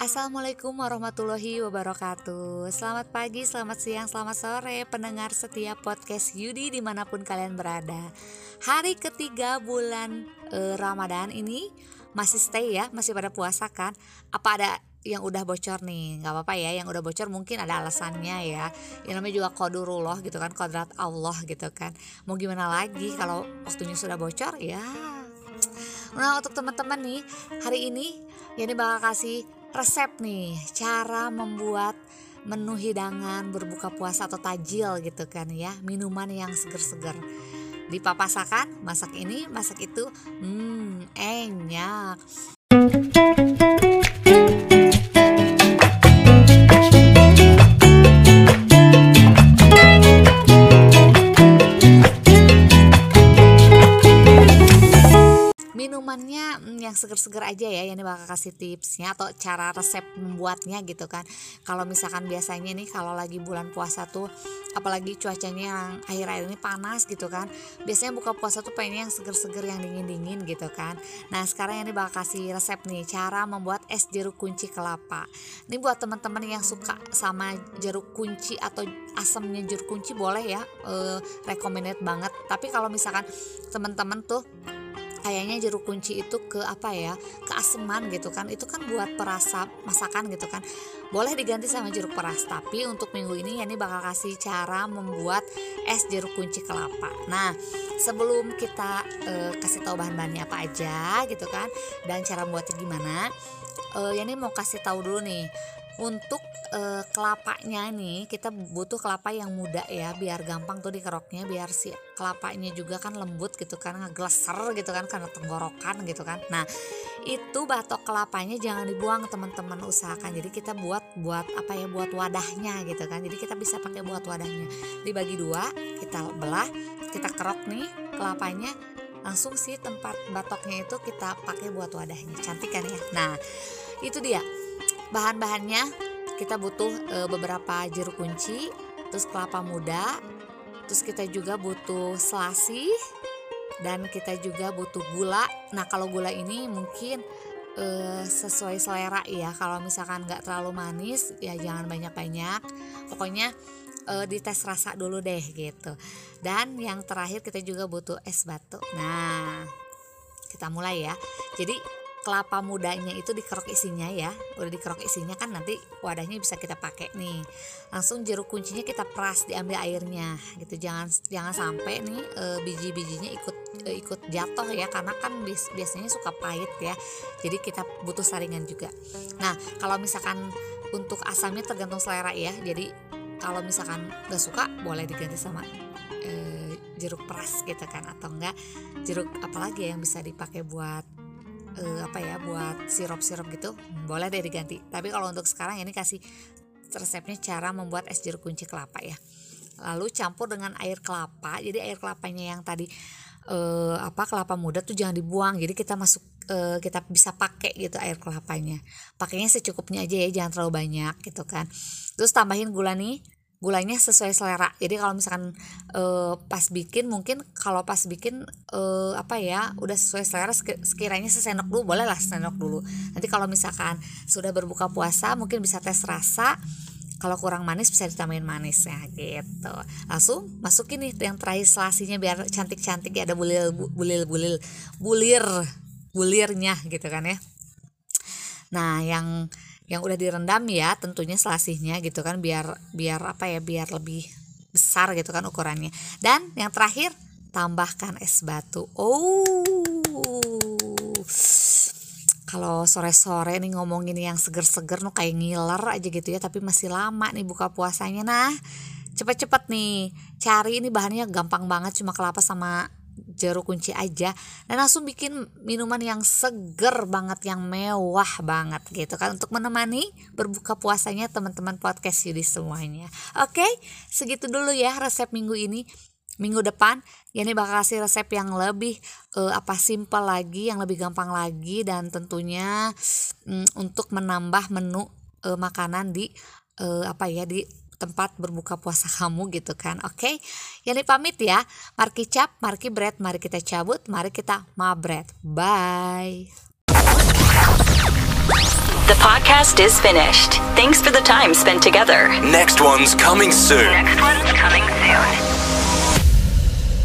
Assalamualaikum warahmatullahi wabarakatuh. Selamat pagi, selamat siang, selamat sore pendengar setiap podcast Yudi dimanapun kalian berada. Hari ketiga bulan Ramadan ini masih stay ya, masih pada puasa kan? Apa ada yang udah bocor nih? Gak apa-apa ya, yang udah bocor mungkin ada alasannya ya. Yang namanya juga qadarullah gitu kan, kodrat Allah gitu kan. Mau gimana lagi kalau waktunya sudah bocor ya. Nah, untuk teman-teman nih, hari ini Yani bakal kasih resep nih, cara membuat menu hidangan berbuka puasa atau tajil gitu kan ya, minuman yang seger-seger. Dipapasakan, masak ini, masak itu, enak. Minumannya yang seger-seger aja ya, ini bakal kasih tipsnya atau cara resep membuatnya gitu kan. Kalau misalkan biasanya nih kalau lagi bulan puasa tuh, apalagi cuacanya yang akhir-akhir ini panas gitu kan, biasanya buka puasa tuh pengen yang seger-seger, yang dingin-dingin gitu kan. Nah sekarang ini bakal kasih resep nih, cara membuat es jeruk kunci kelapa. Ini buat teman-teman yang suka sama jeruk kunci atau asamnya jeruk kunci boleh ya, recommended banget. Tapi kalau misalkan teman-teman tuh kayaknya jeruk kunci itu keaseman gitu kan, itu kan buat perasa masakan gitu kan, boleh diganti sama jeruk peras. Tapi untuk minggu ini Yani bakal kasih cara membuat es jeruk kunci kelapa. Nah sebelum kita kasih tahu bahan-bahannya apa aja gitu kan dan cara buatnya gimana, Yani mau kasih tahu dulu nih. Untuk kelapanya nih kita butuh kelapa yang muda ya, biar gampang tuh dikeroknya, biar si kelapanya juga kan lembut gitu kan, ngegleser gitu kan karena tenggorokan gitu kan. Nah itu batok kelapanya jangan dibuang teman-teman, usahakan. Jadi kita buat wadahnya gitu kan. Jadi kita bisa pakai buat wadahnya, dibagi dua, kita belah, kita kerok nih kelapanya, langsung si tempat batoknya itu kita pakai buat wadahnya. Cantik kan ya. Nah itu dia bahan-bahannya. Kita butuh beberapa jeruk kunci, terus kelapa muda, terus kita juga butuh selasi, dan kita juga butuh gula. Nah kalau gula ini mungkin sesuai selera ya. Kalau misalkan nggak terlalu manis ya jangan banyak-banyak, pokoknya dites rasa dulu deh gitu. Dan yang terakhir kita juga butuh es batu. Nah kita mulai ya. Jadi kelapa mudanya itu dikerok isinya ya, udah dikerok isinya kan nanti wadahnya bisa kita pakai nih. Langsung jeruk kuncinya kita peras, diambil airnya gitu, jangan sampai nih biji-bijinya ikut jatuh ya, karena kan biasanya suka pahit ya, jadi kita butuh saringan juga. Nah kalau misalkan untuk asamnya tergantung selera ya, jadi kalau misalkan gak suka boleh diganti sama jeruk peras gitu kan, atau enggak jeruk apalagi yang bisa dipakai buat buat sirup-sirup gitu, boleh deh diganti. Tapi kalau untuk sekarang ini kasih resepnya cara membuat es jeruk kunci kelapa ya. Lalu campur dengan air kelapa. Jadi air kelapanya yang tadi kelapa muda tuh jangan dibuang. Jadi kita kita bisa pakai gitu air kelapanya. Pakainya secukupnya aja ya, jangan terlalu banyak gitu kan. Terus tambahin gula nih. Gulanya sesuai selera. Jadi kalau misalkan pas bikin, mungkin kalau pas bikin udah sesuai selera, sekiranya sesendok dulu, boleh lah sendok dulu. Nanti kalau misalkan sudah berbuka puasa mungkin bisa tes rasa, kalau kurang manis bisa ditambahin manis ya gitu. Langsung masukin nih yang terakhir selasinya biar cantik-cantik ya, ada bulirnya gitu kan ya. Nah yang udah direndam ya tentunya selasihnya gitu kan, biar lebih besar gitu kan ukurannya. Dan yang terakhir tambahkan es batu. Kalau sore-sore nih ngomongin yang seger-seger kayak ngiler aja gitu ya, tapi masih lama nih buka puasanya. Nah cepet-cepet nih cari, ini bahannya gampang banget, cuma kelapa sama jeruk kunci aja, dan langsung bikin minuman yang seger banget, yang mewah banget gitu kan, untuk menemani berbuka puasanya teman-teman podcast Yudi semuanya. Oke, segitu dulu ya resep minggu ini. Minggu depan Yani bakal kasih resep yang lebih simple lagi, yang lebih gampang lagi, dan tentunya untuk menambah menu makanan di di tempat berbuka puasa kamu gitu kan. Oke, Yani pamit ya. Marki cap, marki bread, mari kita cabut, mari kita mabret. Bye. The podcast is finished. Thanks for the time spent together. Next one's coming soon. Next one's coming